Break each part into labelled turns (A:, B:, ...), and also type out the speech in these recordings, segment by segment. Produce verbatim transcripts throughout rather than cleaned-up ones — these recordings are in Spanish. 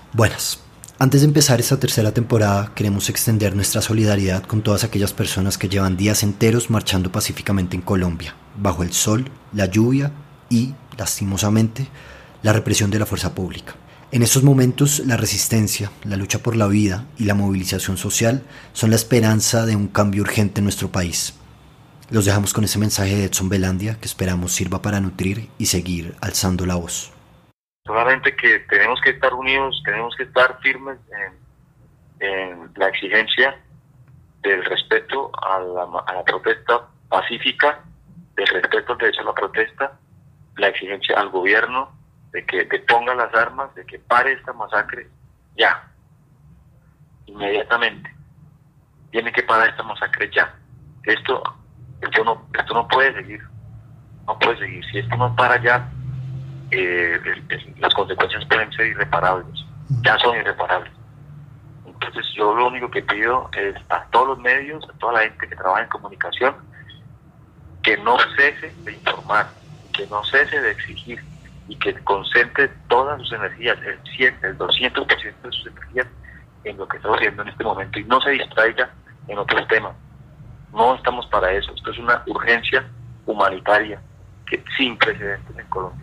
A: Buenas. Antes de empezar esta tercera temporada, queremos extender nuestra solidaridad con todas aquellas personas que llevan días enteros marchando pacíficamente en Colombia, bajo el sol, la lluvia y, lastimosamente, la represión de la fuerza pública. En estos momentos, la resistencia, la lucha por la vida y la movilización social son la esperanza de un cambio urgente en nuestro país. Los dejamos con ese mensaje de Edson Belandia que esperamos sirva para nutrir y seguir alzando la voz.
B: Solamente que tenemos que estar unidos, tenemos que estar firmes en, en la exigencia del respeto a la, a la protesta pacífica, del respeto al derecho a la protesta, la exigencia al gobierno de que deponga las armas, de que pare esta masacre ya, inmediatamente. Tiene que parar esta masacre ya. Esto, esto no, esto no puede seguir, no puede seguir. Si esto no para ya, Eh, las consecuencias pueden ser irreparables, ya son irreparables. Entonces yo lo único que pido es a todos los medios, a toda la gente que trabaja en comunicación, que no cese de informar, que no cese de exigir y que concentre todas sus energías, el cien, el doscientos por ciento de sus energías en lo que estamos haciendo en este momento y no se distraiga en otros temas. No estamos para eso. Esto es una urgencia humanitaria que sin precedentes en Colombia.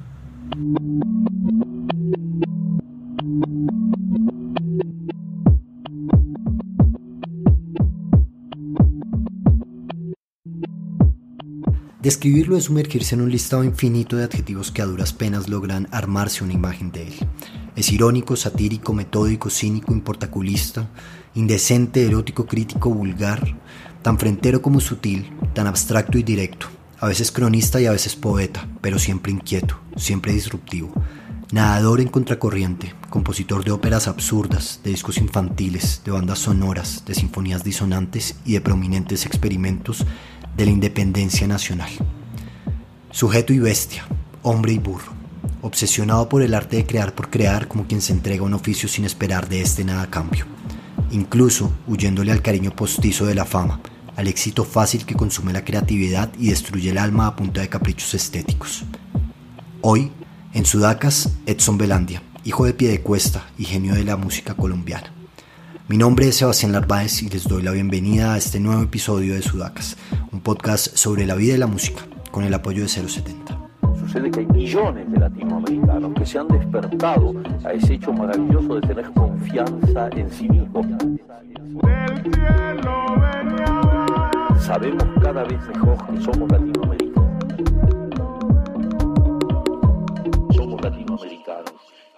A: Describirlo es sumergirse en un listado infinito de adjetivos que a duras penas logran armarse una imagen de él. Es irónico, satírico, metódico, cínico, importaculista, indecente, erótico, crítico, vulgar, tan frentero como sutil, tan abstracto y directo. A veces cronista y a veces poeta, pero siempre inquieto, siempre disruptivo. Nadador en contracorriente, compositor de óperas absurdas, de discos infantiles, de bandas sonoras, de sinfonías disonantes y de prominentes experimentos de la independencia nacional. Sujeto y bestia, hombre y burro, obsesionado por el arte de crear por crear como quien se entrega a un oficio sin esperar de este nada a cambio. Incluso huyéndole al cariño postizo de la fama, al éxito fácil que consume la creatividad y destruye el alma a punta de caprichos estéticos. Hoy, en Sudacas, Edson Belandia, hijo de Piedecuesta y genio de la música colombiana. Mi nombre es Sebastián Narváez y les doy la bienvenida a este nuevo episodio de Sudacas, un podcast sobre la vida y la música, con el apoyo de cero setenta.
C: Sucede que hay millones de latinoamericanos que se han despertado a ese hecho maravilloso de tener confianza en sí mismos.
D: Del cielo venía.
C: Sabemos cada vez mejor que somos latinoamericanos. Somos latinoamericanos.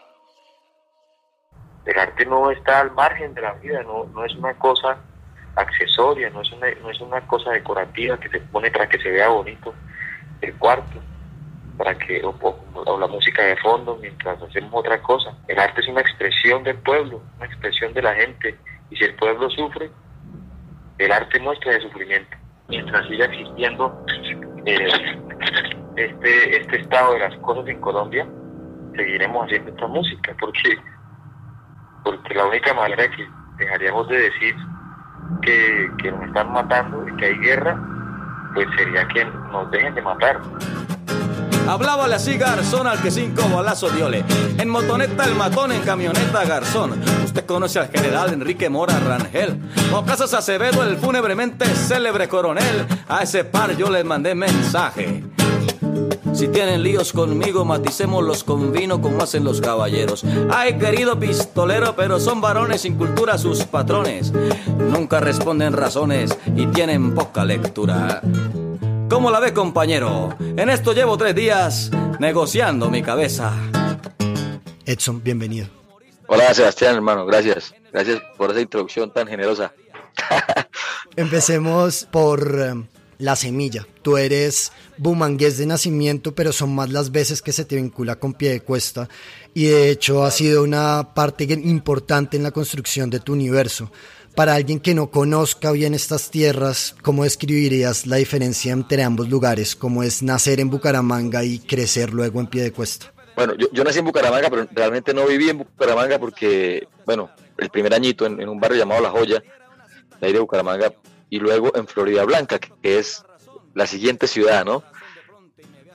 B: El arte no está al margen de la vida, no, no es una cosa accesoria, no es una, no es una cosa decorativa que se pone para que se vea bonito el cuarto, para que o, o, o la música de fondo mientras hacemos otra cosa. El arte es una expresión del pueblo, una expresión de la gente, y si el pueblo sufre, el arte muestra de sufrimiento. Mientras siga existiendo eh, este este estado de las cosas en Colombia, seguiremos haciendo esta música, porque porque la única manera que dejaríamos de decir que, que nos están matando y que hay guerra, pues sería que nos dejen de matar.
E: Hablábale así Garzón al que cinco balazos diole. En motoneta el matón, en camioneta Garzón. Usted conoce al general Enrique Mora Rangel. Con Casas Acevedo, el fúnebremente célebre coronel. A ese par yo les mandé mensaje. Si tienen líos conmigo, maticémoslos con vino como hacen los caballeros. Ay, querido pistolero, pero son varones sin cultura sus patrones. Nunca responden razones y tienen poca lectura. ¿Cómo la ve, compañero? En esto llevo tres días negociando mi cabeza.
A: Edson, bienvenido.
F: Hola, Sebastián, hermano, gracias. Gracias por esa introducción tan generosa.
A: Empecemos por um, la semilla. Tú eres bumangués de nacimiento, pero son más las veces que se te vincula con Piedecuesta. Y de hecho ha sido una parte importante en la construcción de tu universo. Para alguien que no conozca bien estas tierras, ¿cómo describirías la diferencia entre ambos lugares? ¿Cómo es nacer en Bucaramanga y crecer luego en Piedecuesta?
F: Bueno, yo, yo nací en Bucaramanga, pero realmente no viví en Bucaramanga porque, bueno, el primer añito en, en un barrio llamado La Joya, de ahí de Bucaramanga, y luego en Florida Blanca, que es la siguiente ciudad, ¿no?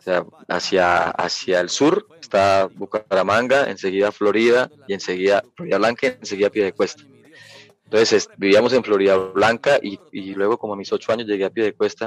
F: sea, hacia, hacia el sur está Bucaramanga, enseguida Florida y enseguida Florida Blanca y enseguida Piedecuesta. Entonces vivíamos en Florida Blanca y, y luego como a mis ocho años llegué a Piedecuesta.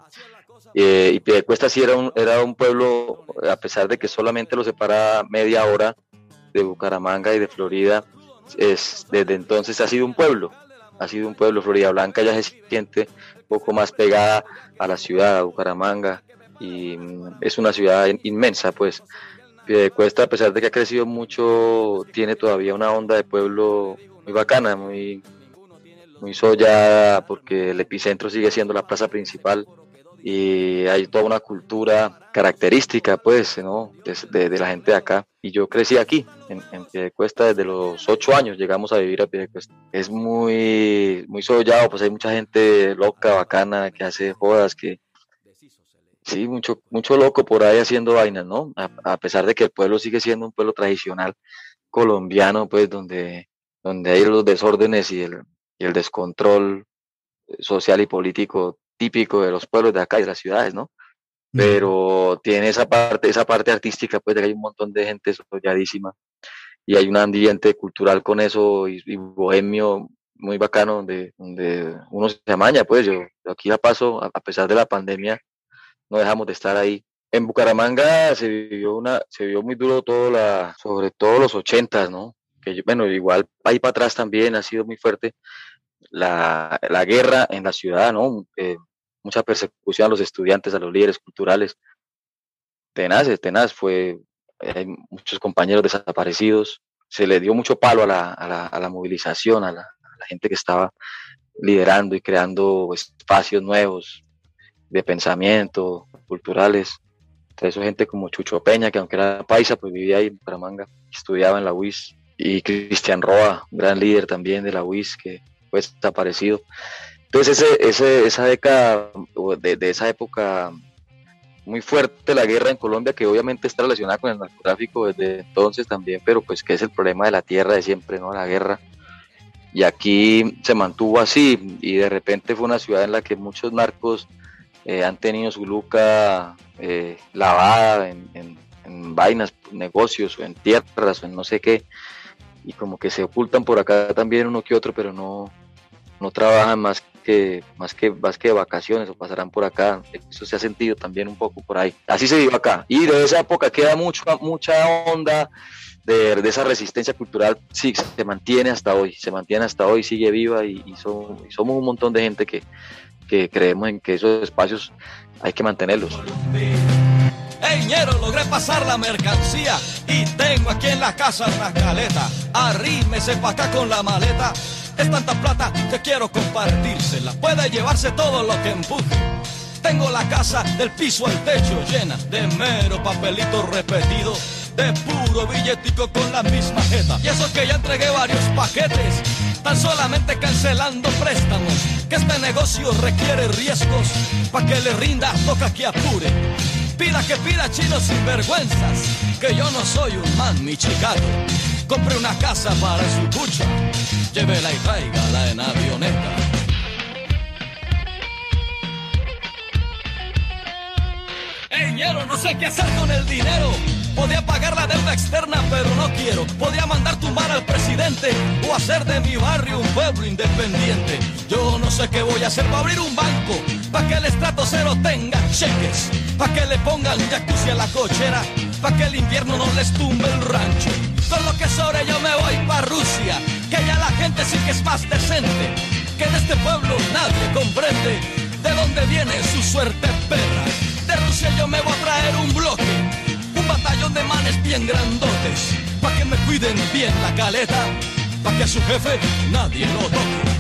F: Eh, y Piedecuesta sí era un, era un pueblo, a pesar de que solamente lo separaba media hora de Bucaramanga y de Florida, es, desde entonces ha sido un pueblo, ha sido un pueblo. Florida Blanca ya se siente un poco más pegada a la ciudad, a Bucaramanga, y es una ciudad inmensa, pues. Piedecuesta, a pesar de que ha crecido mucho, tiene todavía una onda de pueblo muy bacana, muy, muy sollada, porque el epicentro sigue siendo la plaza principal y hay toda una cultura característica, pues, ¿no? de, de, de la gente de acá. Y yo crecí aquí, en, en Piedecuesta, desde los ocho años llegamos a vivir a Piedecuesta. Es muy, muy sollado, pues hay mucha gente loca, bacana, que hace jodas, que sí, mucho, mucho loco por ahí haciendo vainas, ¿no? A, a pesar de que el pueblo sigue siendo un pueblo tradicional colombiano, pues, donde donde hay los desórdenes y el, y el descontrol social y político típico de los pueblos de acá y de las ciudades, ¿no? Pero tiene esa parte, esa parte artística, pues, de que hay un montón de gente solladísima y hay un ambiente cultural con eso y, y bohemio muy bacano donde, donde uno se amaña, pues. Yo, yo aquí la paso, a, a pesar de la pandemia, no dejamos de estar ahí. En Bucaramanga se vivió una, se vivió muy duro todo la, sobre todo los ochentas, ¿no? Que yo, bueno, igual ahí para atrás también ha sido muy fuerte la, la guerra en la ciudad, ¿no? Eh, mucha persecución a los estudiantes, a los líderes culturales. Tenaz, tenaz, fue, hay muchos compañeros desaparecidos, se le dio mucho palo a la, a la, a la movilización, a la, a la gente que estaba liderando y creando espacios nuevos de pensamiento, culturales. Entre eso gente como Chucho Peña, que aunque era paisa, pues vivía ahí en Bucaramanga, estudiaba en la U I S, y Cristian Roa, un gran líder también de la U I S, que fue desaparecido. Entonces ese, ese, esa década, de, de esa época muy fuerte, la guerra en Colombia, que obviamente está relacionada con el narcotráfico desde entonces también, pero pues que es el problema de la tierra de siempre, ¿no? La guerra. Y aquí se mantuvo así, y de repente fue una ciudad en la que muchos narcos eh, han tenido su luca eh, lavada en, en, en vainas, negocios, o en tierras, o en no sé qué, y como que se ocultan por acá también uno que otro, pero no, no trabajan más que, más que más que de vacaciones, o pasarán por acá. Eso se ha sentido también un poco por ahí. Así se vive acá. Y de esa época queda mucho, mucha onda de, de esa resistencia cultural. Sí, se mantiene hasta hoy, se mantiene hasta hoy, sigue viva, y, y, son, y somos un montón de gente que, que creemos en que esos espacios hay que mantenerlos.
E: Hey, ñero, logré pasar la mercancía y tengo aquí en la casa una caleta. Arrímese pa' acá con la maleta. Es tanta plata que quiero compartírsela. Puede llevarse todo lo que empuje. Tengo la casa del piso al techo llena de mero papelito repetido, de puro billetico con la misma jeta. Y eso que ya entregué varios paquetes, tan solamente cancelando préstamos, que este negocio requiere riesgos. Pa' que le rinda toca que apure. Pida que pida, chino sin vergüenzas, que yo no soy un man michicato. Compre una casa para su bucha, llévela y tráigala en avioneta. Ey, ñero, no sé qué hacer con el dinero. Podía pagar la deuda externa, pero no quiero. Podía mandar tumbar al presidente o hacer de mi barrio un pueblo independiente. Yo no sé qué voy a hacer para abrir un banco, para que el estrato cero tenga cheques, para que le pongan jacuzzi a la cochera, para que el invierno no les tumbe el rancho. Con lo que sobre yo me voy para Rusia, que ya la gente sí que es más decente, que en este pueblo nadie comprende de dónde viene su suerte perra. De Rusia yo me voy a traer un bloque, un batallón de manes bien grandotes, pa' que me cuiden bien la caleta, pa' que a su jefe nadie lo toque.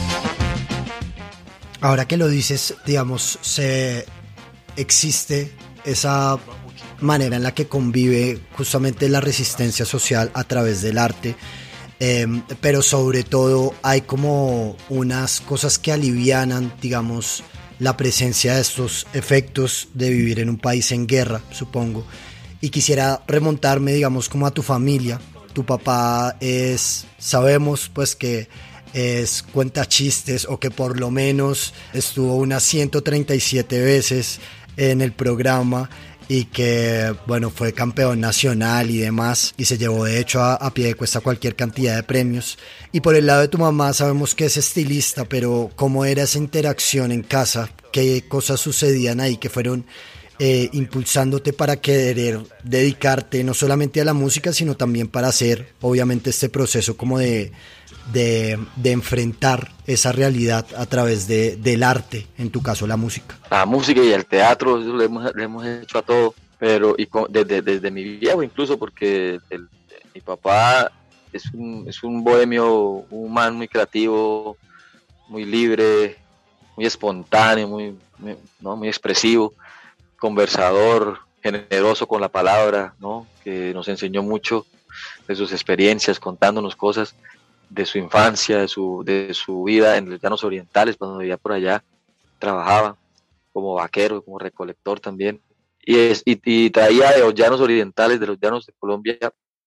A: Ahora que lo dices, digamos, se existe esa manera en la que convive justamente la resistencia social a través del arte, eh, pero sobre todo hay como unas cosas que alivianan, digamos, la presencia de estos efectos de vivir en un país en guerra, supongo. Y quisiera remontarme, digamos, como a tu familia. Tu papá es, sabemos pues que es cuenta chistes, o que por lo menos estuvo unas ciento treinta y siete veces en el programa, y que, bueno, fue campeón nacional y demás, y se llevó de hecho a, a Piedecuesta cualquier cantidad de premios. Y por el lado de tu mamá sabemos que es estilista, pero ¿cómo era esa interacción en casa? ¿Qué cosas sucedían ahí que fueron eh, impulsándote para querer dedicarte no solamente a la música, sino también para hacer, obviamente, este proceso como de, de, de enfrentar esa realidad a través de, del arte, en tu caso la música?
F: La música y el teatro, eso le hemos, le hemos hecho a todo, pero y con, desde, desde mi viejo incluso, porque el, mi papá es un, es un bohemio, un man muy creativo, muy libre, muy espontáneo, muy, muy, ¿no? muy expresivo, conversador, generoso con la palabra, ¿no? Que nos enseñó mucho de sus experiencias, contándonos cosas de su infancia, de su, de su vida en los llanos orientales, cuando vivía por allá, trabajaba como vaquero, como recolector también, y, es, y, y traía de los llanos orientales, de los llanos de Colombia,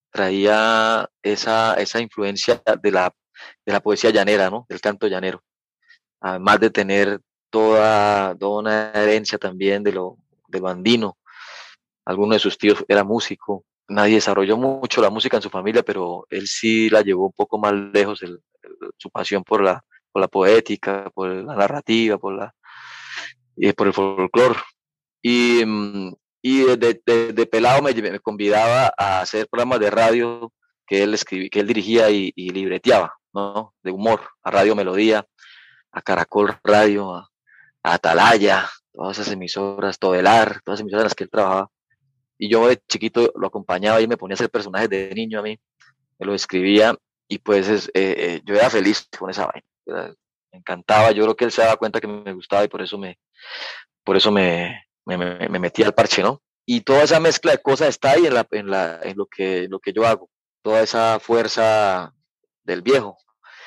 F: traía esa, esa influencia de la, de la poesía llanera, ¿no? Del canto llanero, además de tener toda, toda una herencia también de lo, de lo andino. Alguno de sus tíos era músico. Nadie desarrolló mucho la música en su familia, pero él sí la llevó un poco más lejos, el, el, su pasión por la, por la poética, por la narrativa, por, la, eh, por el folclore. Y, y de, de, de pelado me, me convidaba a hacer programas de radio que él, escribí, que él dirigía y, y libreteaba, ¿no? De humor, a Radio Melodía, a Caracol Radio, a, a Atalaya, todas esas emisoras, Todelar, todas esas emisoras en las que él trabajaba. Y yo de chiquito lo acompañaba y me ponía a hacer personajes de niño a mí, me lo escribía y pues es, eh, eh, yo era feliz con esa vaina, ¿verdad? Me encantaba, yo creo que él se daba cuenta que me gustaba y por eso me, por eso me, me, me, me metí al parche, ¿no? Y toda esa mezcla de cosas está ahí en, la, en, la, en, lo, que, en lo que yo hago, toda esa fuerza del viejo.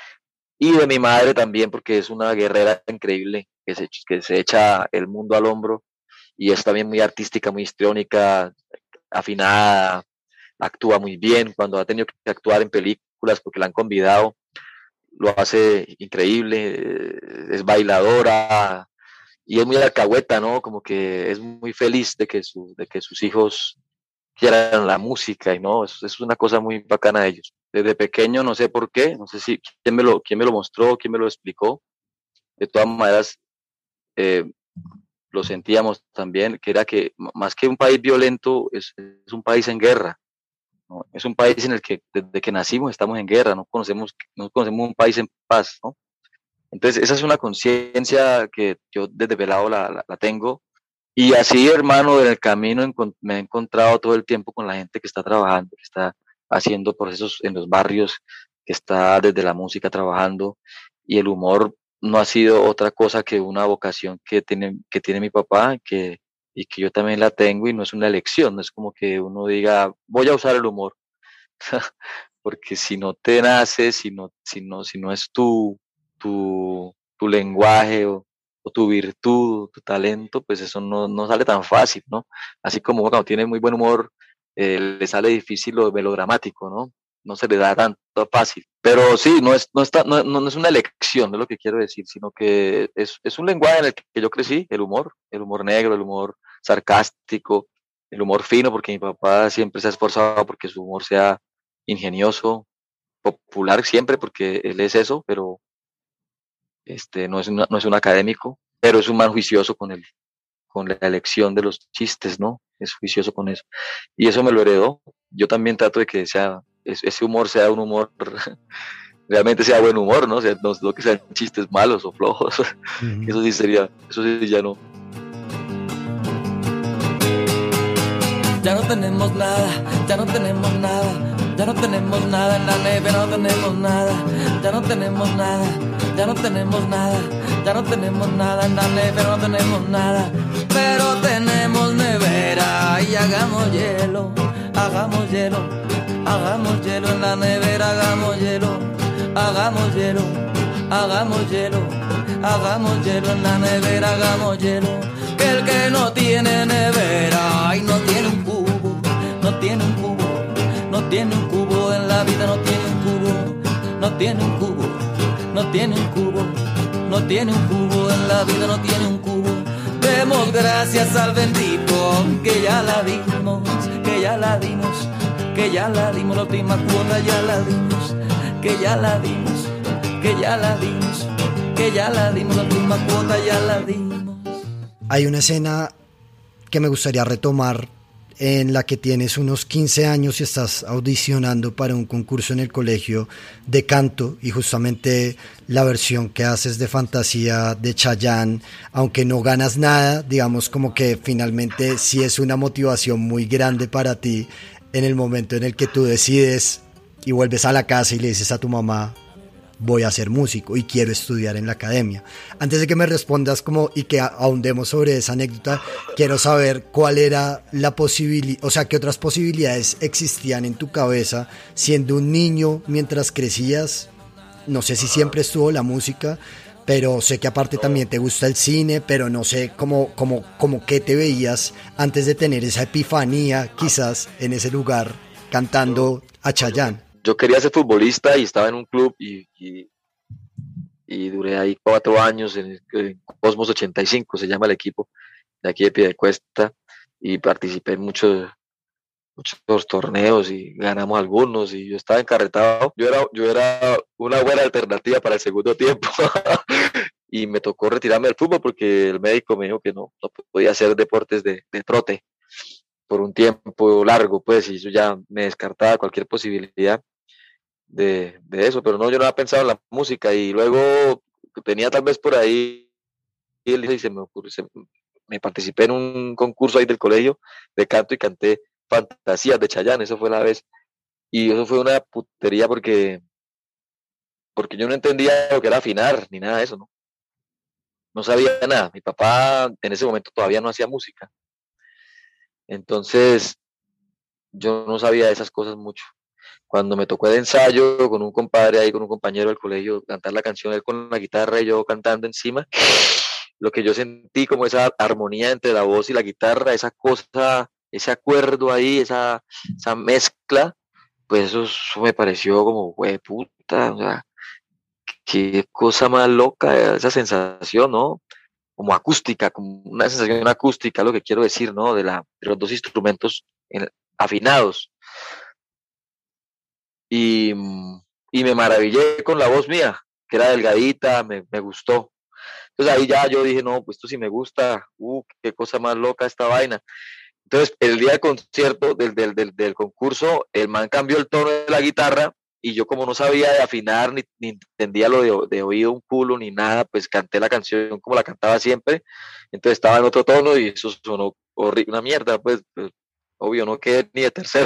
F: Y de mi madre también, porque es una guerrera increíble, que se, que se echa el mundo al hombro y es también muy artística, muy histriónica, afinada, actúa muy bien. Cuando ha tenido que actuar en películas porque la han convidado, lo hace increíble, es bailadora y es muy alcahueta, ¿no? Como que es muy feliz de que, su, de que sus hijos quieran la música y no, eso, eso es una cosa muy bacana de ellos. Desde pequeño, no sé por qué, no sé si quién me lo, quién me lo mostró, quién me lo explicó. De todas maneras, eh, lo sentíamos también, que era que más que un país violento, es, es un país en guerra, ¿no? Es un país en el que desde que nacimos estamos en guerra, no conocemos, no conocemos un país en paz, ¿no? Entonces esa es una conciencia que yo desde pelado la, la, la tengo, y así, hermano, en el camino me he encontrado todo el tiempo con la gente que está trabajando, que está haciendo procesos en los barrios, que está desde la música trabajando, y el humor no ha sido otra cosa que una vocación que tiene, que tiene mi papá, que, y que yo también la tengo, y no es una elección, no es como que uno diga, voy a usar el humor, porque si no te nace, si no, si no, si no es tu, tu, tu lenguaje o, o tu virtud, tu talento, pues eso no, no sale tan fácil, ¿no? Así como cuando tiene muy buen humor, eh, le sale difícil lo melodramático, ¿no? No se le da tanto fácil. Pero sí, no es, no, está, no, no es una elección, no es lo que quiero decir, sino que es, es un lenguaje en el que yo crecí, el humor, el humor negro, el humor sarcástico, el humor fino, porque mi papá siempre se ha esforzado porque su humor sea ingenioso, popular siempre, porque él es eso, pero este, no, es una, no es un académico, pero es un man juicioso con, el, con la elección de los chistes, ¿no? Es juicioso con eso. Y eso me lo heredó. Yo también trato de que sea ese humor sea un humor, realmente sea buen humor, ¿no? O sea, no, no que sean chistes malos o flojos. Uh-huh. Eso sí sería, eso sí ya no.
G: Ya no tenemos nada, ya no tenemos nada, ya no tenemos nada en la nevera, no tenemos nada, ya no tenemos nada, ya no tenemos nada, ya no tenemos nada en la nevera, no tenemos nada, pero tenemos nevera y hagamos hielo, hagamos hielo. Hagamos hielo en la nevera, hagamos hielo, hagamos hielo, hagamos hielo, hagamos hielo en la nevera, hagamos hielo. Que el que no tiene nevera y no tiene un cubo, no tiene un cubo, no tiene un cubo en la vida, no tiene un cubo, no tiene un cubo, no tiene un cubo, no tiene un cubo en la vida, no tiene un cubo. Que demos gracias al bendito que ya la dimos, que ya la dimos, que ya la dimos, la última cuota ya la dimos, que ya la dimos, que ya la dimos, que ya la dimos, la última cuota ya la dimos.
A: Hay una escena que me gustaría retomar en la que tienes unos quince años y estás audicionando para un concurso en el colegio de canto, y justamente la versión que haces de Fantasía de Chayanne, aunque no ganas nada, digamos como que finalmente sí es una motivación muy grande para ti en el momento en el que tú decides y vuelves a la casa y le dices a tu mamá: voy a ser músico y quiero estudiar en la academia. Antes de que me respondas como y que ahondemos sobre esa anécdota, quiero saber cuál era la posibilidad, o sea, qué otras posibilidades existían en tu cabeza siendo un niño mientras crecías. No sé si siempre estuvo la música, pero sé que aparte también te gusta el cine, pero no sé cómo, cómo, cómo qué te veías antes de tener esa epifanía quizás en ese lugar cantando a Chayanne.
F: Yo quería ser futbolista y estaba en un club y, y, y duré ahí cuatro años en, en Cosmos ochenta y cinco, se llama el equipo de aquí de Piedecuesta, y participé en muchos, muchos torneos y ganamos algunos, y yo estaba encarretado. Yo era, yo era una buena alternativa para el segundo tiempo y me tocó retirarme del fútbol porque el médico me dijo que no, no podía hacer deportes de, de trote por un tiempo largo, pues, y yo ya me descartaba cualquier posibilidad de, de eso, pero no, yo no había pensado en la música, y luego tenía tal vez por ahí, y se me ocurrió, se, me participé en un concurso ahí del colegio de canto y canté Fantasías de Chayanne, eso fue la vez, y eso fue una putería porque, porque yo no entendía lo que era afinar, ni nada de eso, ¿no? No sabía nada, mi papá en ese momento todavía no hacía música, entonces yo no sabía de esas cosas mucho. Cuando me tocó el ensayo con un compadre ahí, con un compañero del colegio, cantar la canción, él con la guitarra y yo cantando encima, lo que yo sentí como esa armonía entre la voz y la guitarra, esa cosa, ese acuerdo ahí, esa, esa mezcla, pues eso, eso me pareció como, güey, puta, o sea, qué cosa más loca esa sensación, ¿no? Como acústica, como una sensación acústica, lo que quiero decir, ¿no? De, la, de los dos instrumentos en, afinados. Y, y me maravillé con la voz mía, que era delgadita, me, me gustó. Entonces ahí ya yo dije, no, pues esto sí me gusta, uh, qué cosa más loca esta vaina. Entonces el día del concierto, del, del, del, del concurso, el man cambió el tono de la guitarra, y yo como no sabía de afinar, ni, ni entendía lo de, de oído un culo, ni nada, pues canté la canción como la cantaba siempre. Entonces estaba en otro tono y eso sonó horrible, una mierda, pues, pues obvio, no quedé ni de tercero.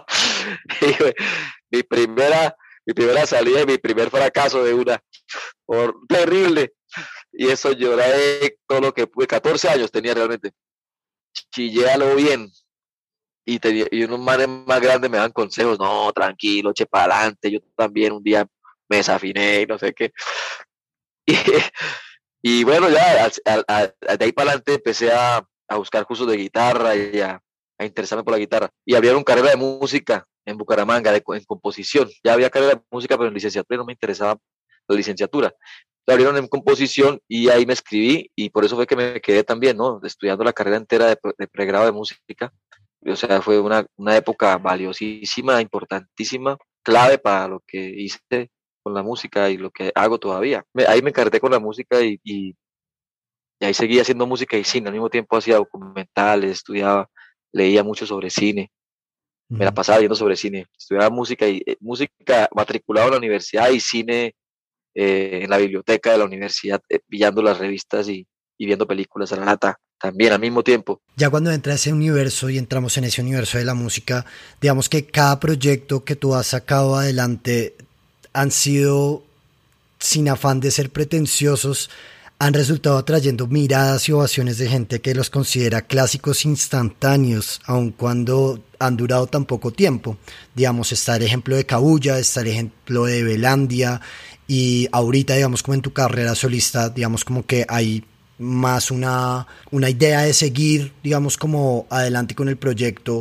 F: y, mi primera, mi primera salida y mi primer fracaso de una, por, terrible. Y eso lloré todo lo que pude, catorce años tenía realmente. Chillé a lo bien. Y, tenía, y unos manes más grandes me dan consejos, no, tranquilo, eche para adelante. Yo también un día me desafiné y no sé qué. Y, y bueno, ya a, a, a, de ahí para adelante empecé a, a buscar cursos de guitarra y a, a interesarme por la guitarra. Y abrieron carrera de música en Bucaramanga, de, en composición. Ya había carrera de música, pero en licenciatura no me interesaba la licenciatura. La abrieron en composición y ahí me escribí, y por eso fue que me quedé también, ¿no? Estudiando la carrera entera de, de pregrado de música. O sea, fue una, una época valiosísima, importantísima, clave para lo que hice con la música y lo que hago todavía. Me, ahí me encargué con la música y, y, y ahí seguía haciendo música y cine. Al mismo tiempo hacía documentales, estudiaba, leía mucho sobre cine. Mm. Me la pasaba viendo sobre cine. Estudiaba música y eh, música matriculado en la universidad y cine eh, en la biblioteca de la universidad, eh, pillando las revistas y, y viendo películas a la lata. También al mismo tiempo.
A: Ya cuando entra ese universo y entramos en ese universo de la música, digamos que cada proyecto que tú has sacado adelante han sido, sin afán de ser pretenciosos, han resultado atrayendo miradas y ovaciones de gente que los considera clásicos instantáneos, aun cuando han durado tan poco tiempo. Digamos, está el ejemplo de Cabuya, está el ejemplo de Belandia, y ahorita, digamos, como en tu carrera solista, digamos como que hay más una, una idea de seguir, digamos, como adelante con el proyecto,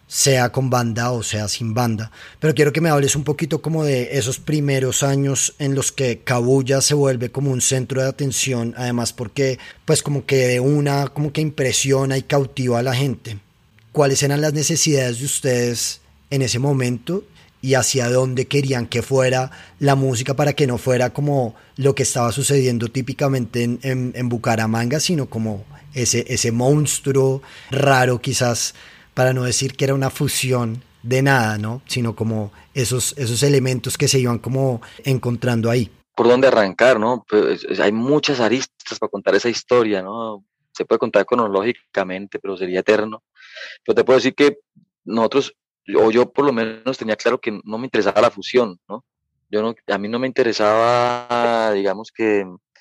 A: sea con banda o sea sin banda, pero quiero que me hables un poquito como de esos primeros años en los que Kabuya se vuelve como un centro de atención, además porque pues como que de una como que impresiona y cautiva a la gente. ¿Cuáles eran las necesidades de ustedes en ese momento y hacia dónde querían que fuera la música para que no fuera como lo que estaba sucediendo típicamente en, en, en Bucaramanga, sino como ese, ese monstruo raro, quizás, para no decir que era una fusión de nada, ¿no? Sino como esos, esos elementos que se iban como encontrando ahí?
F: ¿Por dónde arrancar, no? Pues hay muchas aristas para contar esa historia, ¿no? Se puede contar cronológicamente, pero sería eterno. Pero te puedo decir que nosotros, o yo por lo menos tenía claro que no me interesaba la fusión, ¿no? Yo no, a mí no me interesaba, digamos que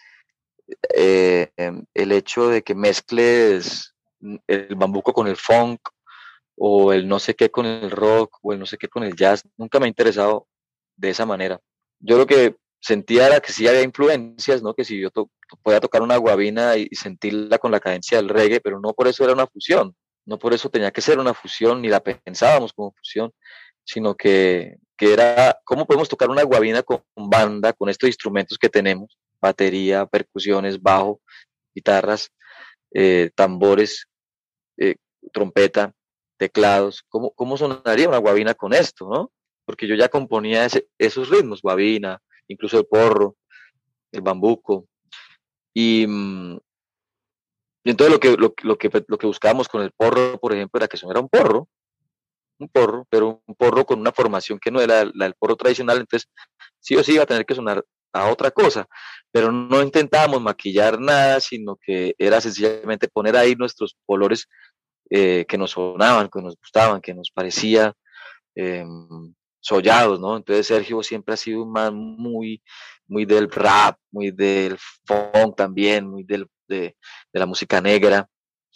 F: eh, el hecho de que mezcles el bambuco con el funk, o el no sé qué con el rock, o el no sé qué con el jazz. Nunca me ha interesado de esa manera. Yo lo que sentía era que sí había influencias, ¿no? Que si yo to podía tocar una guabina y sentirla con la cadencia del reggae, pero no por eso era una fusión. No por eso tenía que ser una fusión, ni la pensábamos como fusión, sino que, que era cómo podemos tocar una guabina con banda, con estos instrumentos que tenemos, batería, percusiones, bajo, guitarras, eh, tambores, eh, trompeta, teclados. ¿Cómo, ¿Cómo sonaría una guabina con esto, no? Porque yo ya componía ese, esos ritmos, guabina, incluso el porro, el bambuco. Y... Mmm, Y entonces lo que, lo, lo, que, lo que buscábamos con el porro, por ejemplo, era que sonara un porro, un porro, pero un porro con una formación que no era la del porro tradicional, entonces sí o sí iba a tener que sonar a otra cosa, pero no intentábamos maquillar nada, sino que era sencillamente poner ahí nuestros colores eh, que nos sonaban, que nos gustaban, que nos parecía eh, sollados, ¿no? Entonces Sergio siempre ha sido un man muy, muy del rap, muy del funk también, muy del De, de la música negra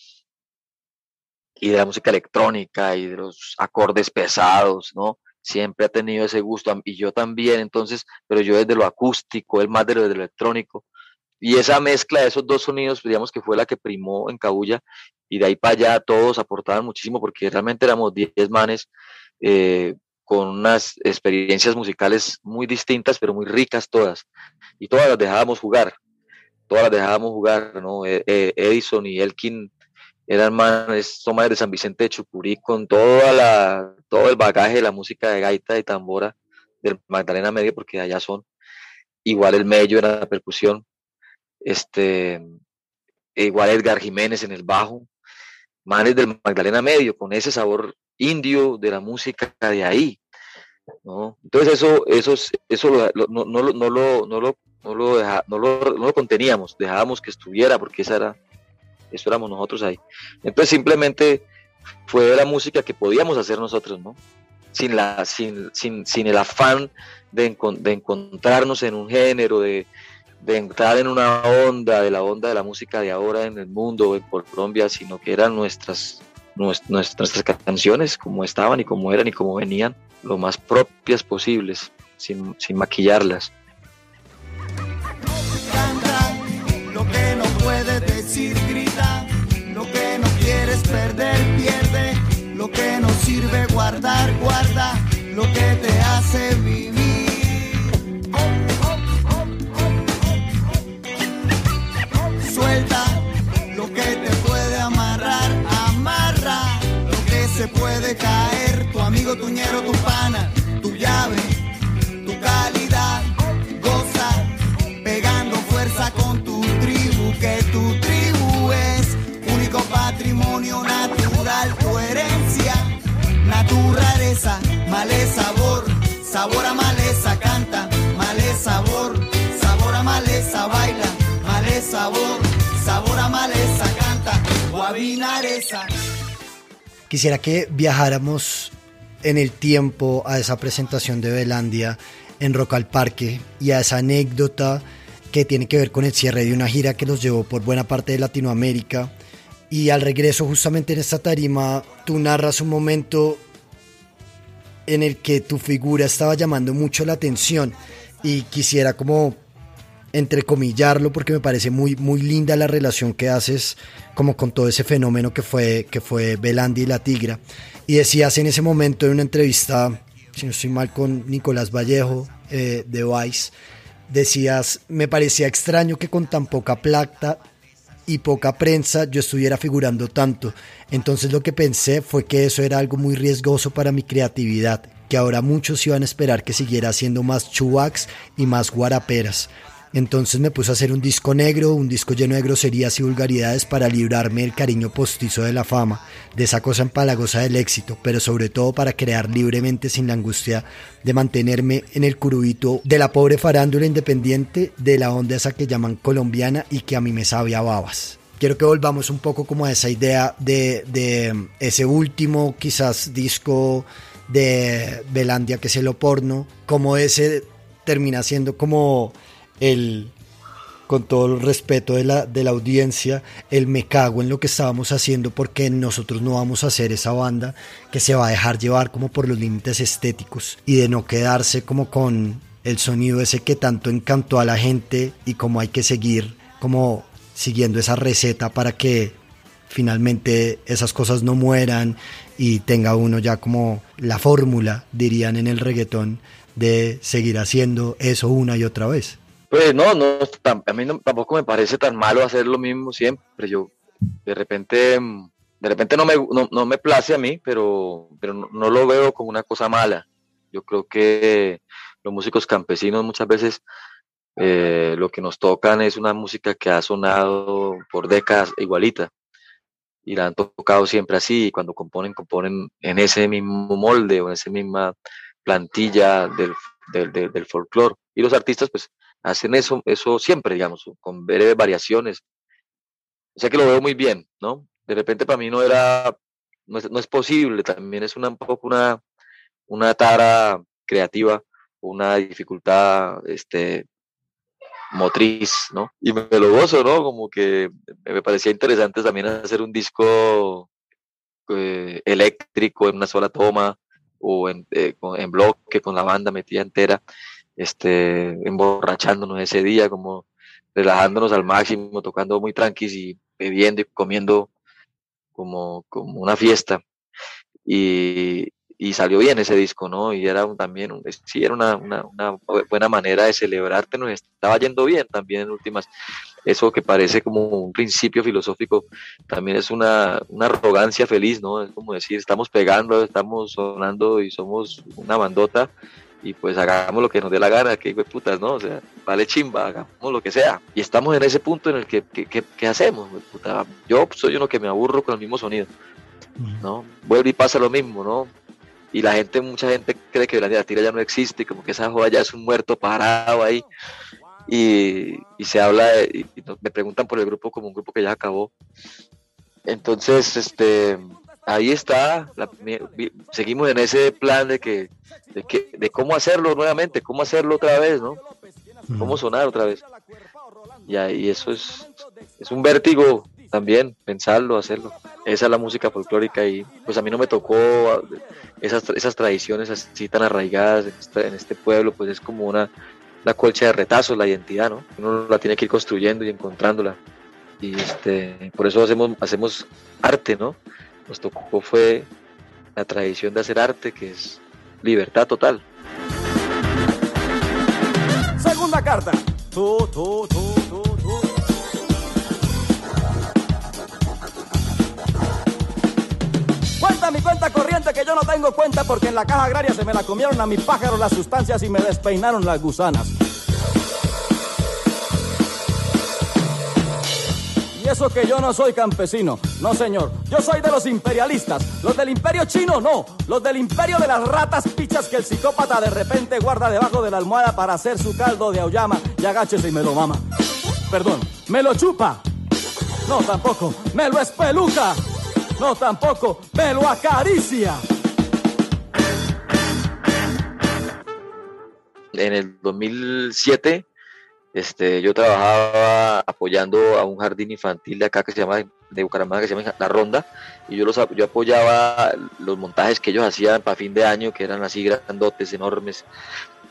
F: y de la música electrónica y de los acordes pesados, ¿no? Siempre ha tenido ese gusto, y yo también, entonces, pero yo desde lo acústico, él más de lo, de lo electrónico, y esa mezcla de esos dos sonidos, digamos que fue la que primó en Kabuya, y de ahí para allá todos aportaban muchísimo, porque realmente éramos diez manes, eh, con unas experiencias musicales muy distintas, pero muy ricas todas, y todas las dejábamos jugar, todas las dejábamos jugar, ¿no? Edison y Elkin eran manes, son manes de San Vicente de Chucurí, con toda la, todo el bagaje de la música de gaita y tambora del Magdalena Medio, porque allá son, igual el Mello en la percusión, este, igual Edgar Jiménez en el bajo, manes del Magdalena Medio, con ese sabor indio de la música de ahí, ¿no? Entonces eso, eso, eso lo, no, no, no, no lo, no lo No lo, deja, no, lo, no lo conteníamos, dejábamos que estuviera, porque esa era, eso éramos nosotros ahí. Entonces simplemente fue la música que podíamos hacer nosotros, ¿no? Sin, la, sin, sin, sin el afán de, de encontrarnos en un género, de, de entrar en una onda, de la onda de la música de ahora en el mundo, en Colombia, sino que eran nuestras, nuestras, nuestras canciones como estaban y como eran y como venían, lo más propias posibles, sin, sin maquillarlas.
H: Decir, grita, lo que no quieres perder, pierde, lo que no sirve guardar, guarda, lo que te hace vivir. Suelta lo que te puede amarrar, amarra lo que se puede caer, tu amigo, tu ñero, tu pana, tu llave, tu calidad, goza, pegando fuerza con tu tribu, que tu tribu es único patrimonio natural, tu herencia, naturaleza, maleza, sabor, sabor a maleza, canta, maleza, sabor, sabor a maleza, baila, maleza, sabor, sabor a maleza, canta, guabinareza.
A: Quisiera que viajáramos en el tiempo a esa presentación de Belandia en Rock al Parque y a esa anécdota que tiene que ver con el cierre de una gira que los llevó por buena parte de Latinoamérica, y al regreso justamente en esta tarima tú narras un momento en el que tu figura estaba llamando mucho la atención, y quisiera como entrecomillarlo porque me parece muy, muy linda la relación que haces como con todo ese fenómeno que fue, que fue Belandi y La Tigra. Y decías en ese momento en una entrevista, si no estoy mal, con Nicolás Vallejo eh, de Vice, decías, me parecía extraño que con tan poca plata y poca prensa yo estuviera figurando tanto. Entonces lo que pensé fue que eso era algo muy riesgoso para mi creatividad, que ahora muchos iban a esperar que siguiera haciendo más chubacs y más guaraperas. Entonces me puse a hacer un disco negro, un disco lleno de groserías y vulgaridades para librarme del cariño postizo de la fama, de esa cosa empalagosa del éxito, pero sobre todo para crear libremente sin la angustia de mantenerme en el curubito de la pobre farándula independiente de la onda esa que llaman colombiana y que a mí me sabe a babas. Quiero que volvamos un poco como a esa idea de, de ese último quizás disco de Belandia, que es el Oporno, como ese termina siendo como el, con todo el respeto de la, de la audiencia, el me cago en lo que estábamos haciendo porque nosotros no vamos a hacer esa banda que se va a dejar llevar como por los límites estéticos y de no quedarse como con el sonido ese que tanto encantó a la gente y como hay que seguir como siguiendo esa receta para que finalmente esas cosas no mueran y tenga uno ya como la fórmula, dirían en el reggaetón, de seguir haciendo eso una y otra vez.
F: Pues no, no, a mí no, tampoco me parece tan malo hacer lo mismo siempre. Yo de repente, de repente no me, no, no me place a mí, pero, pero no, no lo veo como una cosa mala. Yo creo que los músicos campesinos muchas veces eh, lo que nos tocan es una música que ha sonado por décadas igualita y la han tocado siempre así, y cuando componen, componen en ese mismo molde o en esa misma plantilla del, del, del, del folclore. Y los artistas pues hacen eso, eso siempre, digamos, con breves variaciones. O sea que lo veo muy bien, ¿no? De repente para mí no era, no es, no es posible, también es una, un poco una, una tara creativa, una dificultad este, motriz, ¿no? Y me, me lo gozo, ¿no? Como que me parecía interesante también hacer un disco eh, eléctrico en una sola toma o en, eh, en bloque con la banda metida entera, este, emborrachándonos ese día, como relajándonos al máximo, tocando muy tranquis y bebiendo y comiendo como, como una fiesta. Y, y salió bien ese disco, ¿no? Y era un, también, un, sí, era una, una, una buena manera de celebrarte, nos estaba yendo bien también en últimas. Eso que parece como un principio filosófico, también es una, una arrogancia feliz, ¿no? Es como decir, estamos pegando, estamos sonando y somos una bandota, y pues hagamos lo que nos dé la gana, que hijo de putas, ¿no? O sea, vale chimba, hagamos lo que sea. Y estamos en ese punto en el que, que, que, que hacemos, puta. Yo soy uno que me aburro con el mismo sonido, ¿no? Vuelve y pasa lo mismo, ¿no? Y la gente, mucha gente cree que la tira ya no existe, como que esa joda ya es un muerto parado ahí. Y, y se habla, de, y, y me preguntan por el grupo como un grupo que ya acabó. Entonces, este, ahí está, la, seguimos en ese plan de que, de que, de cómo hacerlo nuevamente, cómo hacerlo otra vez, ¿no? Cómo sonar otra vez. Y ahí eso es, es un vértigo también, pensarlo, hacerlo. Esa es la música folclórica y pues a mí no me tocó esas, esas tradiciones así tan arraigadas en este, en este pueblo, pues es como una, una colcha de retazos, la identidad, ¿no? Uno la tiene que ir construyendo y encontrándola. Y este, por eso hacemos, hacemos arte, ¿no? Nos tocó fue la tradición de hacer arte, que es libertad total.
E: Segunda carta. Tú, tú, tú, tú, tú. Cuenta mi cuenta corriente que yo no tengo cuenta porque en la caja agraria se me la comieron a mis pájaros las sustancias y me despeinaron las gusanas. Y eso que yo no soy campesino, no señor, yo soy de los imperialistas, los del imperio chino no, los del imperio de las ratas pichas que el psicópata de repente guarda debajo de la almohada para hacer su caldo de auyama y agáchese y me lo mama. Perdón, me lo chupa, no tampoco, me lo espeluca. No, tampoco, me lo acaricia.
F: En el dos mil siete, este, yo trabajaba apoyando a un jardín infantil de acá que se llama, de Bucaramanga, que se llama La Ronda, y yo, los, yo apoyaba los montajes que ellos hacían para fin de año, que eran así grandotes, enormes,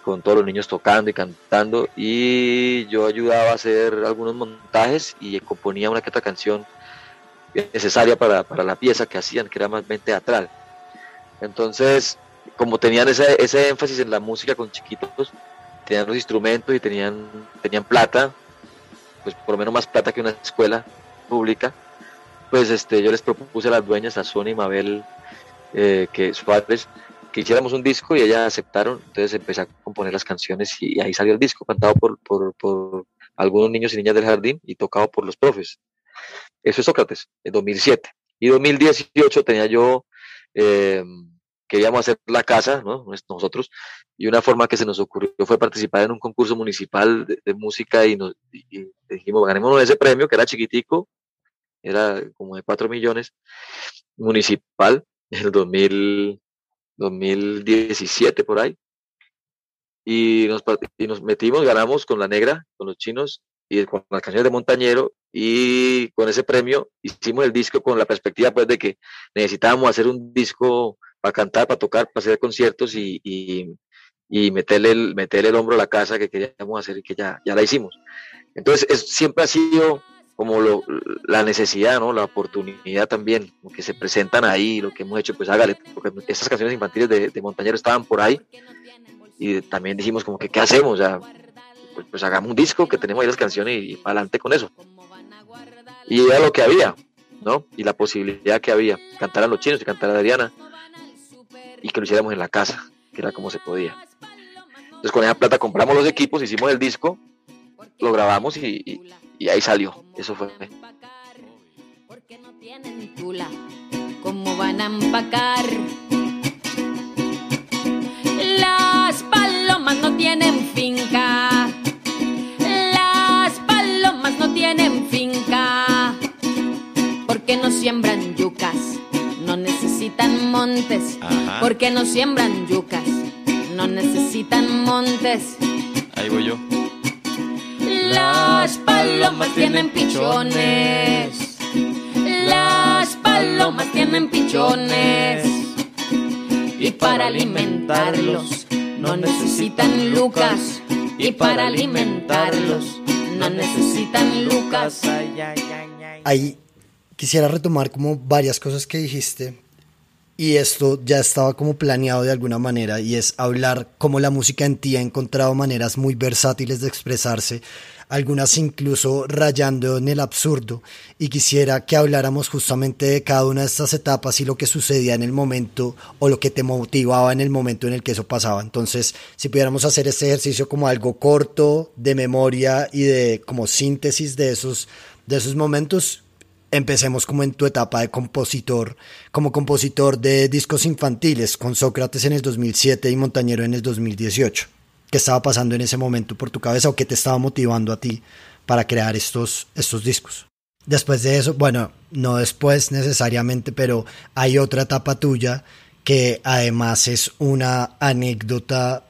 F: con todos los niños tocando y cantando, y yo ayudaba a hacer algunos montajes y componía una que otra canción necesaria para, para la pieza que hacían, que era más bien teatral. Entonces, como tenían ese, ese énfasis en la música con chiquitos, tenían los instrumentos y tenían, tenían plata, pues por lo menos más plata que una escuela pública, pues este, yo les propuse a las dueñas, a Sonia y Mabel eh, que Suárez, que hiciéramos un disco, y ellas aceptaron. Entonces empecé a componer las canciones y ahí salió el disco, cantado por, por, por algunos niños y niñas del jardín y tocado por los profes. Eso es Sócrates, en dos mil siete. Y dos mil dieciocho tenía yo, eh, queríamos hacer la casa, ¿no? Nosotros, y una forma que se nos ocurrió fue participar en un concurso municipal de, de música, y, nos, y, y dijimos, ganémonos ese premio, que era chiquitico, era como de cuatro millones, municipal, en el dos mil, dos mil diecisiete por ahí, y nos, y nos metimos, ganamos con La Negra, con los chinos, y con las canciones de Montañero, y con ese premio hicimos el disco con la perspectiva pues de que necesitábamos hacer un disco para cantar, para tocar, para hacer conciertos y, y, y meterle, el, meterle el hombro a la casa que queríamos hacer, y que ya, ya la hicimos. Entonces es, siempre ha sido como lo, la necesidad, ¿no? La oportunidad también, que se presentan ahí, lo que hemos hecho, pues hágale, porque estas canciones infantiles de, de Montañero estaban por ahí, y también dijimos como que, ¿qué hacemos? O sea, pues, pues hagamos un disco, que tenemos ahí las canciones, y, y para adelante con eso. Y era lo que había, ¿no? Y la posibilidad que había, cantar a los chinos y cantar a Adriana, y que lo hiciéramos en la casa, que era como se podía. Entonces con esa plata compramos los equipos, hicimos el disco, lo grabamos y, y, y ahí salió. Eso fue.
I: Porque no tienen tula, ¿cómo van a empacar? Las palomas no tienen finca, las palomas no tienen finca, porque no siembran yucas, no necesitan montes. Ajá. Porque no siembran yucas, no necesitan montes.
E: Ahí voy yo.
I: Las palomas tienen pichones, las palomas tienen pichones, y para alimentarlos no necesitan lucas, y para alimentarlos no necesitan lucas.
A: Ahí quisiera retomar como varias cosas que dijiste, y esto ya estaba como planeado de alguna manera, y es hablar cómo la música en ti ha encontrado maneras muy versátiles de expresarse, algunas incluso rayando en el absurdo, y quisiera que habláramos justamente de cada una de estas etapas y lo que sucedía en el momento, o lo que te motivaba en el momento en el que eso pasaba. Entonces, si pudiéramos hacer este ejercicio como algo corto, de memoria y de como síntesis de esos, de esos momentos. Empecemos como en tu etapa de compositor, como compositor de discos infantiles, con Sócrates en el dos mil siete y Montañero en el dos mil dieciocho. ¿Qué estaba pasando en ese momento por tu cabeza, o qué te estaba motivando a ti para crear estos, estos discos? Después de eso, bueno, no después necesariamente, pero hay otra etapa tuya que además es una anécdota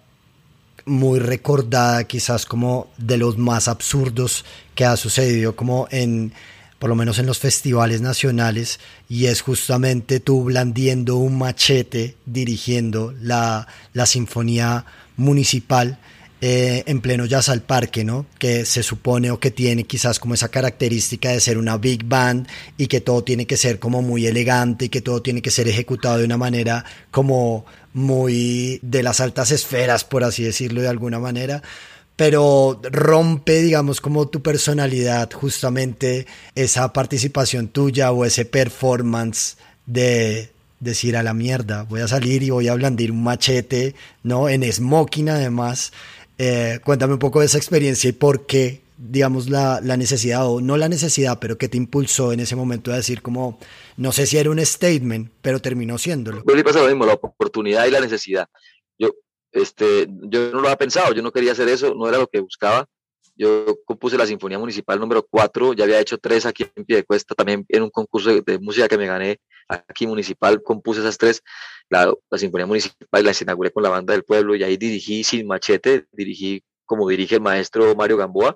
A: muy recordada, quizás como de los más absurdos que ha sucedido como en... por lo menos en los festivales nacionales, y es justamente tú blandiendo un machete dirigiendo la, la sinfonía municipal eh, en pleno Jazz al Parque, ¿no? Que se supone, o que tiene quizás como esa característica de ser una big band, y que todo tiene que ser como muy elegante, y que todo tiene que ser ejecutado de una manera como muy de las altas esferas, por así decirlo de alguna manera. Pero rompe, digamos, como tu personalidad, justamente esa participación tuya o ese performance de decir a la mierda, voy a salir y voy a blandir un machete, ¿no? En smoking además. Eh, cuéntame un poco de esa experiencia y por qué, digamos, la, la necesidad, o no la necesidad, pero qué te impulsó en ese momento a decir como, no sé si era un statement, pero terminó siéndolo.
F: Pues le pasa lo mismo, la oportunidad y la necesidad. Yo... Este, yo no lo había pensado, yo no quería hacer eso, no era lo que buscaba. Yo compuse la Sinfonía Municipal número cuatro, ya había hecho tres aquí en Piedecuesta, también en un concurso de, de música que me gané aquí municipal, compuse esas tres, la, la Sinfonía Municipal, la inauguré con la Banda del Pueblo, y ahí dirigí sin machete, dirigí como dirige el maestro Mario Gamboa.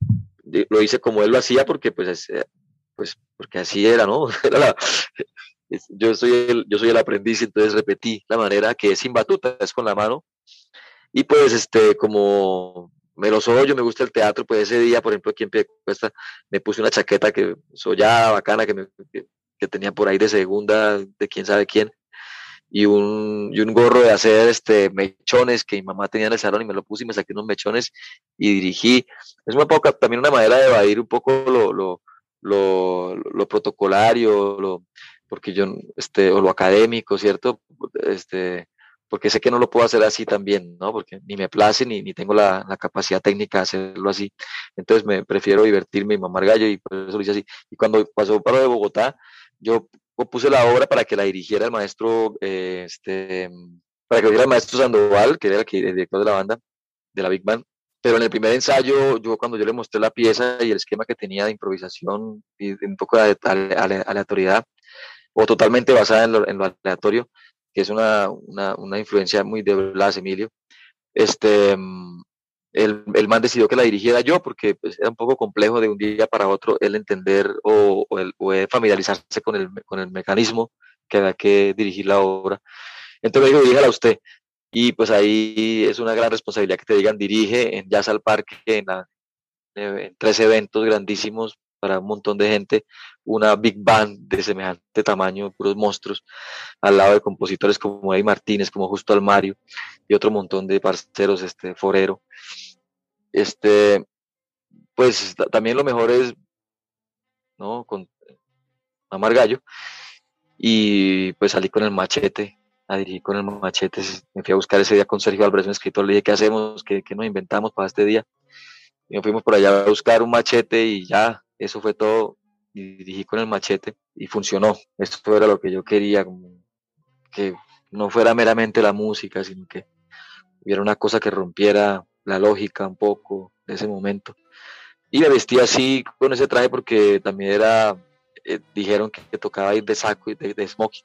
F: Lo hice como él lo hacía, porque pues, es, pues porque así era, ¿no? Era la, yo soy el, yo soy el aprendiz, entonces repetí la manera, que es sin batuta, es con la mano. Y pues, este, como me lo soy, yo me gusta el teatro, pues ese día, por ejemplo, aquí en Piedecuesta, me puse una chaqueta que sollada, bacana, que, me, que, que tenía por ahí de segunda, de quién sabe quién, y un, y un gorro de hacer este, mechones que mi mamá tenía en el salón, y me lo puse y me saqué unos mechones y dirigí. Es una poca, también una manera de evadir un poco lo, lo, lo, lo protocolario, lo, porque yo, este, o lo académico, ¿cierto? Este, porque sé que no lo puedo hacer así también, ¿no? Porque ni me place ni, ni tengo la, la capacidad técnica de hacerlo así. Entonces me prefiero divertirme y mamar gallo, y por eso lo hice así. Y cuando pasó para lo de Bogotá, yo puse la obra para que la dirigiera el maestro, eh, este, para que lo dirigiera el maestro Sandoval, que era el, que, el director de la banda, de la Big Band. Pero en el primer ensayo, yo cuando yo le mostré la pieza y el esquema que tenía de improvisación y un poco de aleatoriedad, o totalmente basada en lo, en lo aleatorio, que es una, una, una influencia muy de Blas Emilio, este, el, el man decidió que la dirigiera yo, porque pues, era un poco complejo de un día para otro el entender o, o, el, o el familiarizarse con el, con el mecanismo que había que dirigir la obra. Entonces me dijo, diríjala usted. Y pues ahí es una gran responsabilidad que te digan, dirige en Jazz al Parque, en, la, en tres eventos grandísimos para un montón de gente, una big band de semejante tamaño, puros monstruos, al lado de compositores como Eddie Martínez, como Justo Almario, y otro montón de parceros, este, Forero. Este, pues también lo mejor es, ¿no? Con mamar gallo, y pues salí con el machete, a dirigir con el machete, me fui a buscar ese día con Sergio Álvarez, un escritor, le dije, ¿qué hacemos? ¿Qué, qué nos inventamos para este día? Y nos fuimos por allá a buscar un machete y ya, eso fue todo, y dirigí con el machete y funcionó. Esto era lo que yo quería, como que no fuera meramente la música, sino que hubiera una cosa que rompiera la lógica un poco de ese momento. Y me vestí así con ese traje porque también era, eh, dijeron que, que tocaba ir de saco y de, de smoking.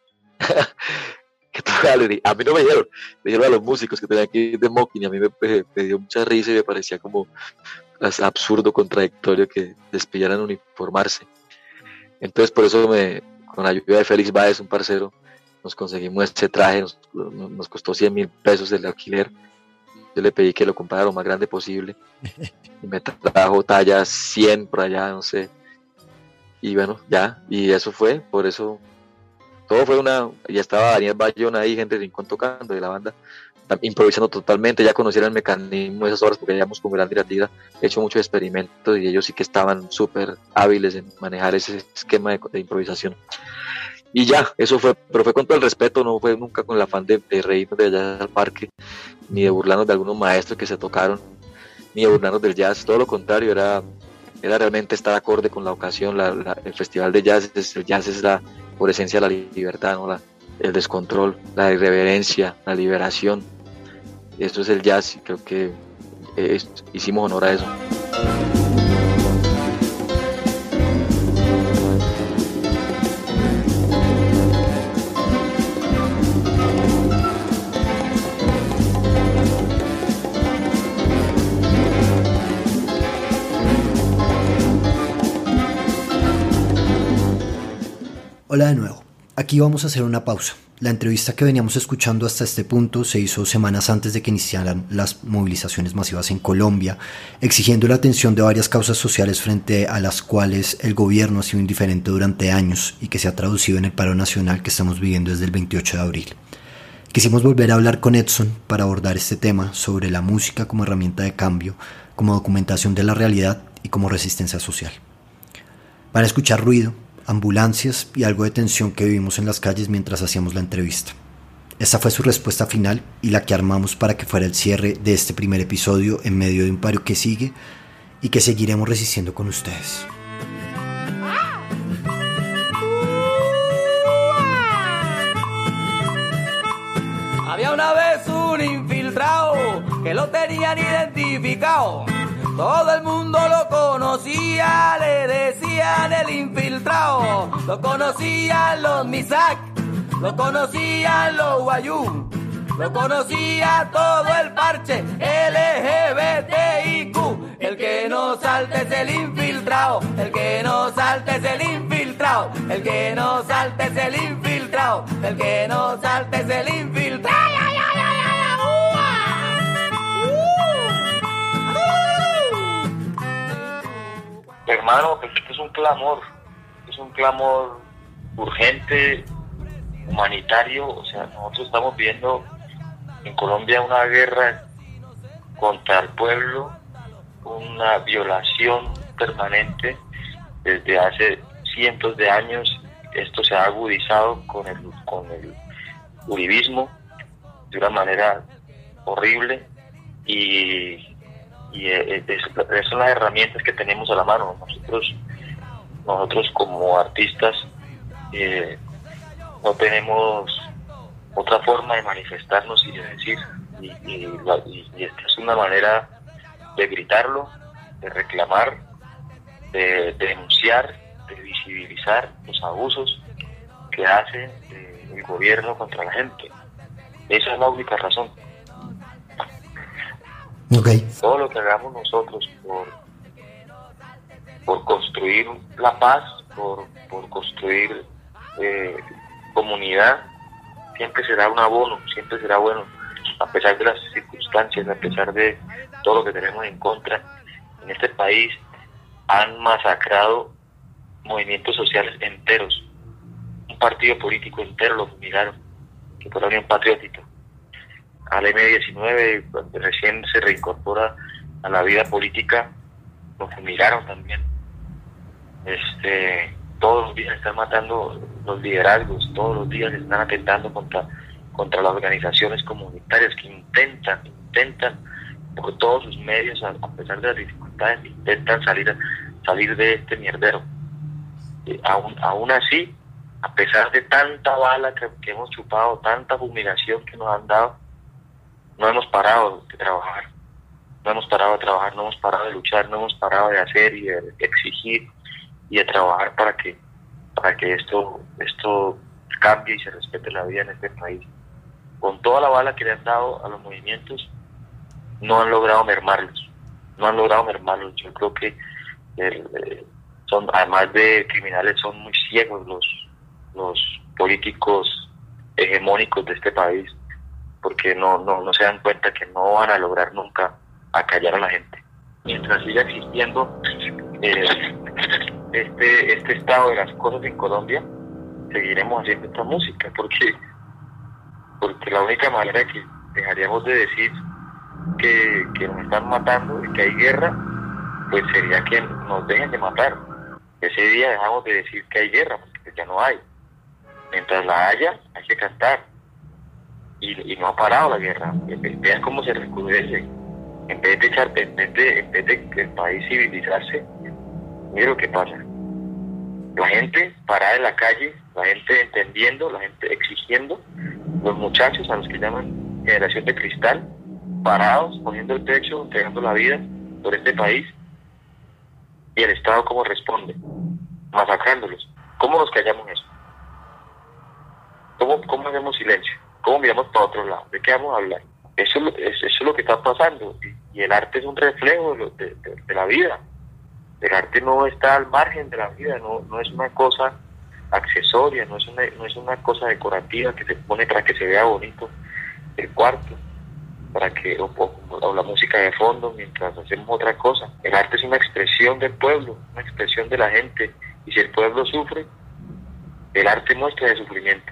F: que tocaba, a mí no me dijeron, me dijeron a los músicos que tenían que ir de smoking, y a mí me, me, me dio mucha risa y me parecía como absurdo, contradictorio que les pidieran uniformarse. Entonces por eso me, con la ayuda de Félix Báez, un parcero, nos conseguimos este traje, nos, nos costó cien mil pesos el alquiler. Yo le pedí que lo comprara lo más grande posible y me trajo talla cien por allá, no sé. Y bueno, ya, y eso fue, por eso todo fue una, ya estaba Daniel Bayona ahí, gente de Rincón tocando de la banda, improvisando totalmente, ya conocían el mecanismo de esas horas porque habíamos con Grande y la Tigra hecho muchos experimentos y ellos sí que estaban súper hábiles en manejar ese esquema de, de improvisación. Y ya, eso fue, pero fue con todo el respeto, no fue nunca con el afán de, de reírnos de allá al parque, ni de burlarnos de algunos maestros que se tocaron, ni de burlarnos del jazz, todo lo contrario, era, era realmente estar acorde con la ocasión. La, la, el festival de jazz, es, el jazz es la, por esencia la libertad, ¿no? la, el descontrol, la irreverencia, la liberación. Esto es el jazz y creo que eh, hicimos honor a eso.
A: Hola de nuevo, aquí vamos a hacer una pausa. La entrevista que veníamos escuchando hasta este punto se hizo semanas antes de que iniciaran las movilizaciones masivas en Colombia, exigiendo la atención de varias causas sociales frente a las cuales el gobierno ha sido indiferente durante años y que se ha traducido en el paro nacional que estamos viviendo desde el veintiocho de abril. Quisimos volver a hablar con Edson para abordar este tema sobre la música como herramienta de cambio, como documentación de la realidad y como resistencia social. Van a escuchar ruido, ambulancias y algo de tensión que vivimos en las calles mientras hacíamos la entrevista. Esta fue su respuesta final y la que armamos para que fuera el cierre de este primer episodio en medio de un paro que sigue y que seguiremos resistiendo con ustedes.
G: Había una vez un infiltrado que lo tenían identificado. Todo el mundo lo conocía, le decían el infiltrado. Lo conocían los Misak, lo conocían los Guayú, lo conocía todo el parche L G B T I Q. El que no salte es el infiltrado, el que no salte es el infiltrado, el que no salte es el infiltrado, el que no salte es el infiltrado.
B: hermano, pues esto es un clamor, esto es un clamor urgente, humanitario. O sea, nosotros estamos viendo en Colombia una guerra contra el pueblo, una violación permanente desde hace cientos de años. Esto se ha agudizado con el, con el uribismo de una manera horrible, y, y es, es, son las herramientas que tenemos a la mano. Nosotros, nosotros como artistas eh, no tenemos otra forma de manifestarnos y de decir, y, y, la, y, y esta es una manera de gritarlo, de reclamar, de, de denunciar, de visibilizar los abusos que hace eh, el gobierno contra la gente. Esa es la única razón.
A: Okay.
B: Todo lo que hagamos nosotros por, por construir la paz, por, por construir eh, comunidad, siempre será un abono, siempre será bueno, a pesar de las circunstancias, a pesar de todo lo que tenemos en contra. En este país han masacrado movimientos sociales enteros, un partido político entero lo fumigaron, que fue la Unión Patriótica. Al eme diecinueve, cuando recién se reincorpora a la vida política, lo fumigaron también. Este, todos los días están matando los liderazgos, todos los días están atentando contra, contra las organizaciones comunitarias que intentan, intentan por todos sus medios, a, a pesar de las dificultades, intentan salir, salir de este mierdero. Y aún, aún así, a pesar de tanta bala que, que hemos chupado, tanta fumigación que nos han dado, no hemos parado de trabajar, no hemos parado de trabajar, no hemos parado de luchar, no hemos parado de hacer y de exigir y de trabajar para que para que esto esto cambie y se respete la vida en este país. Con toda la bala que le han dado a los movimientos, no han logrado mermarlos, no han logrado mermarlos. Yo creo que el, eh, son, además de criminales, son muy ciegos los los políticos hegemónicos de este país, porque no, no, no se dan cuenta que no van a lograr nunca acallar a la gente. Mientras siga existiendo eh, este, este estado de las cosas en Colombia, seguiremos haciendo esta música, porque, porque la única manera que dejaríamos de decir que, que nos están matando y que hay guerra, pues sería que nos dejen de matar. Ese día dejamos de decir que hay guerra, porque ya no hay. Mientras la haya, hay que cantar. Y, y no ha parado la guerra. Vean cómo se recrudece. En vez de echar, en vez de, en vez de que el país civilizarse, mira lo que pasa. La gente parada en la calle, la gente entendiendo, la gente exigiendo, los muchachos a los que llaman generación de cristal, parados, poniendo el pecho, entregando la vida por este país, y el Estado cómo responde, masacrándolos. ¿Cómo nos callamos eso? ¿Cómo, cómo hacemos silencio? ¿Cómo miramos para otro lado? ¿De qué vamos a hablar? Eso, eso es lo que está pasando, y, y el arte es un reflejo de, de, de, de la vida. El arte no está al margen de la vida, no, no es una cosa accesoria, no es una, no es una cosa decorativa que se pone para que se vea bonito el cuarto, para que o, o, o la música de fondo mientras hacemos otra cosa. El arte es una expresión del pueblo, una expresión de la gente, y si el pueblo sufre, el arte muestra ese sufrimiento.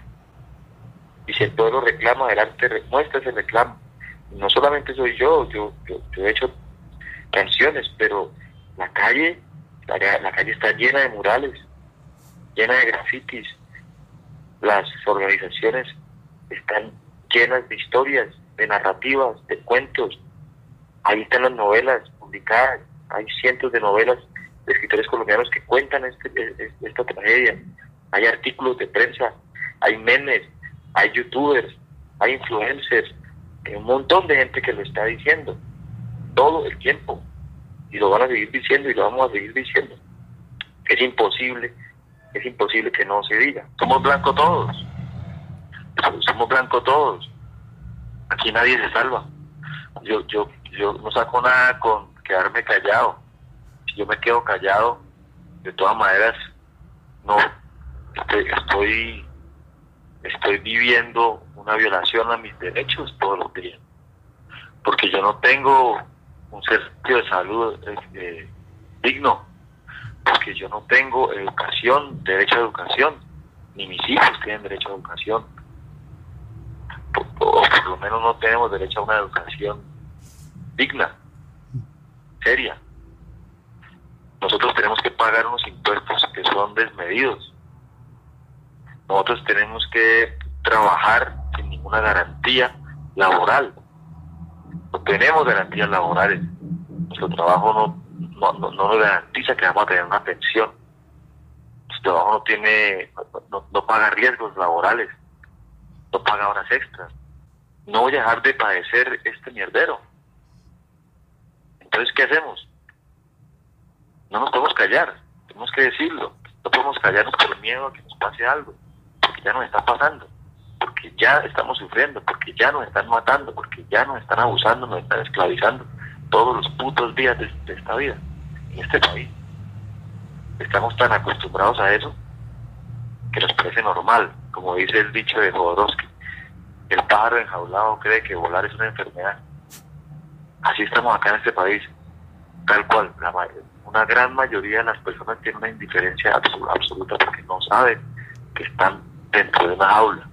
B: Y si el pueblo reclama, el arte muestra ese reclamo. Y no solamente soy yo, yo, yo, yo he hecho canciones, pero la calle, la, la calle está llena de murales, llena de grafitis. Las organizaciones están llenas de historias, de narrativas, de cuentos. Ahí están las novelas publicadas, hay cientos de novelas de escritores colombianos que cuentan este, esta tragedia. Hay artículos de prensa, hay memes, hay youtubers, hay influencers, hay un montón de gente que lo está diciendo todo el tiempo, y lo van a seguir diciendo y lo vamos a seguir diciendo. Es imposible, es imposible que no se diga. Somos blancos todos, somos blancos todos, aquí nadie se salva. Yo, yo, yo no saco nada con quedarme callado. Si yo me quedo callado, de todas maneras, no, estoy, estoy estoy viviendo una violación a mis derechos todos los días, porque yo no tengo un servicio de salud eh, digno, que yo no tengo educación, derecho a educación, ni mis hijos tienen derecho a educación, o, o por lo menos no tenemos derecho a una educación digna, seria. Nosotros tenemos que pagar unos impuestos que son desmedidos. Nosotros tenemos que trabajar sin ninguna garantía laboral. No tenemos garantías laborales. Nuestro trabajo no, no, no, no nos garantiza que vamos a tener una pensión. Nuestro trabajo no tiene, no, no, no paga riesgos laborales, no paga horas extras. No voy a dejar de padecer este mierdero. Entonces, ¿qué hacemos? No nos podemos callar, tenemos que decirlo. No podemos callarnos por miedo a que nos pase algo, porque ya nos está pasando, porque ya estamos sufriendo, porque ya nos están matando, porque ya nos están abusando, nos están esclavizando todos los putos días de, de esta vida, en este país. Estamos tan acostumbrados a eso que nos parece normal, como dice el dicho de Jodorowsky: el pájaro enjaulado cree que volar es una enfermedad. Así estamos acá en este país, tal cual. La, una gran mayoría de las personas tienen una indiferencia absoluta porque no saben que están dentro de una jaula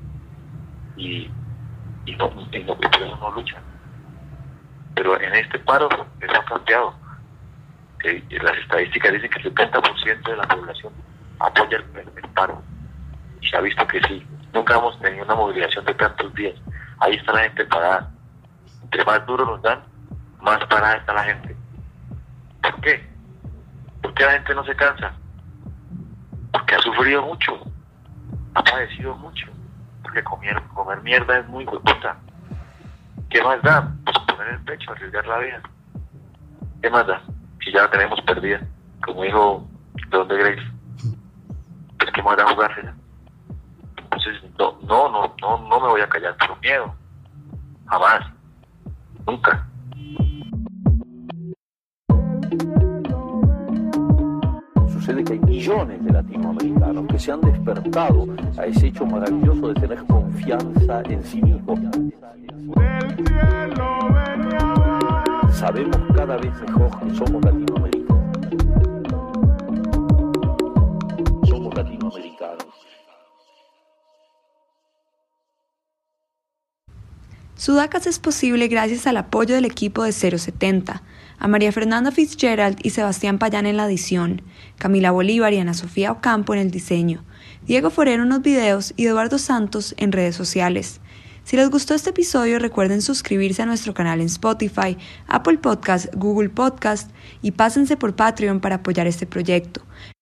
B: y, y, no, y, no, y por eso no luchan. Pero en este paro eso ha cambiado. Eh, las estadísticas dicen que el setenta por ciento de la población apoya el, el, el paro, y se ha visto que sí. Nunca hemos tenido una movilización de tantos días. Ahí está la gente parada. Entre más duro nos dan, más parada está la gente. ¿Por qué? ¿Por qué la gente no se cansa? Porque ha sufrido mucho, ha padecido mucho, porque comer, comer mierda es muy hueputa. ¿Qué más da? Pues poner el pecho, arriesgar la vida. ¿Qué más da? Si ya la tenemos perdida, como dijo Don de Grace, pues ¿qué más da jugársela? Entonces, no, no, no, no, no me voy a callar por miedo, jamás, nunca.
C: Sucede que hay millones de latinoamericanos que se han despertado a ese hecho maravilloso de tener confianza en sí mismos. Sabemos cada vez mejor que somos latinoamericanos. Somos latinoamericanos.
J: Sudacas es posible gracias al apoyo del equipo de cero setenta, a María Fernanda Fitzgerald y Sebastián Payán en la edición, Camila Bolívar y Ana Sofía Ocampo en el diseño, Diego Forero en los videos y Eduardo Santos en redes sociales. Si les gustó este episodio, recuerden suscribirse a nuestro canal en Spotify, Apple Podcast, Google Podcast y pásense por Patreon para apoyar este proyecto.